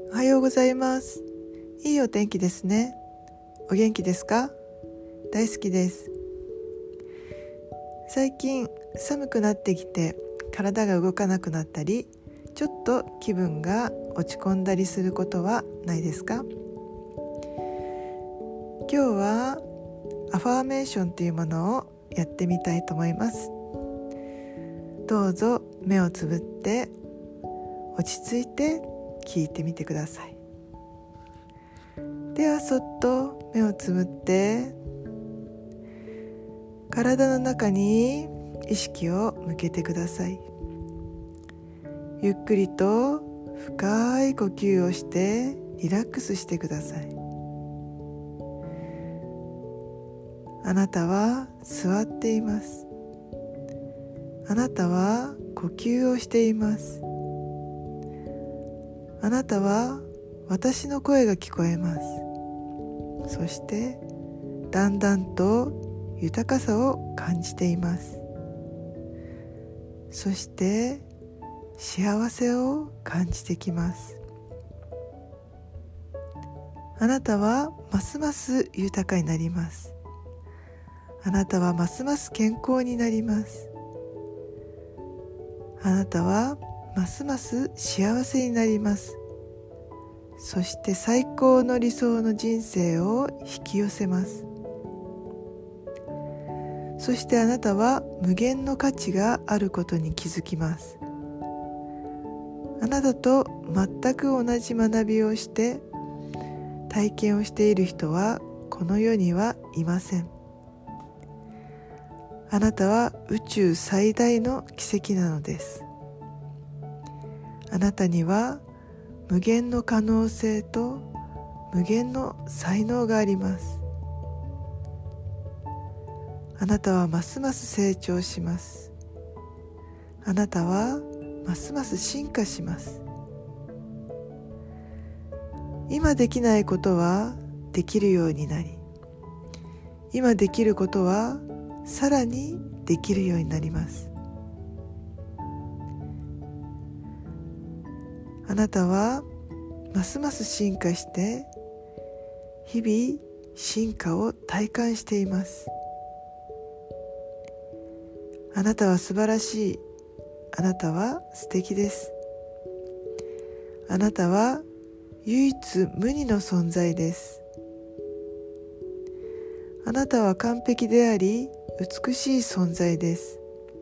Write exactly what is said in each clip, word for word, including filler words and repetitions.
おはようございます。いいお天気ですね。お元気ですか？大好きです。最近寒くなってきて体が動かなくなったり、ちょっと気分が落ち込んだりすることはないですか？今日はアファーメーションというものをやってみたいと思います。どうぞ目をつぶって落ち着いて聞いてみてください。ではそっと目をつぶって体の中に意識を向けてください。ゆっくりと深い呼吸をしてリラックスしてください。あなたは座っています。あなたは呼吸をしています。あなたは私の声が聞こえます。そしてだんだんと豊かさを感じています。そして幸せを感じてきます。あなたはますます豊かになります。あなたはますます健康になります。あなたはますます幸せになります。そして最高の理想の人生を引き寄せます。そしてあなたは無限の価値があることに気づきます。あなたと全く同じ学びをして体験をしている人はこの世にはいません。あなたは宇宙最大の奇跡なのです。あなたには無限の可能性と無限の才能があります。あなたはますます成長します。あなたはますます進化します。今できないことはできるようになり、今できることはさらにできるようになります。あなたはますます進化して日々進化を体感しています。あなたは素晴らしい。あなたは素敵です。あなたは唯一無二の存在です。あなたは完璧であり美しい存在です。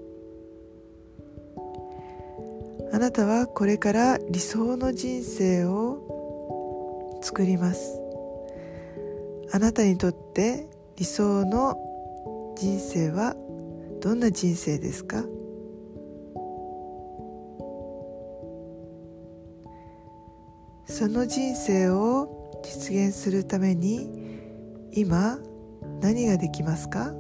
あなたはこれから理想の人生を作ります。あなたにとって理想の人生はどんな人生ですか？その人生を実現するために今何ができますか？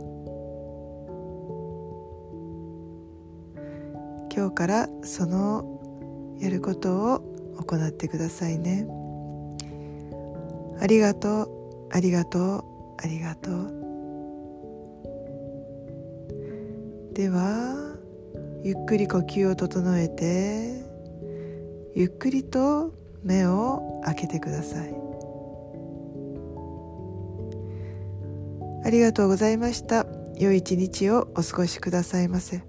今日からそのやることを行ってくださいね。ありがとう、ありがとう、ありがとう。ではゆっくり呼吸を整えてゆっくりと目を開けてください。ありがとうございました。良い一日をお過ごしくださいませ。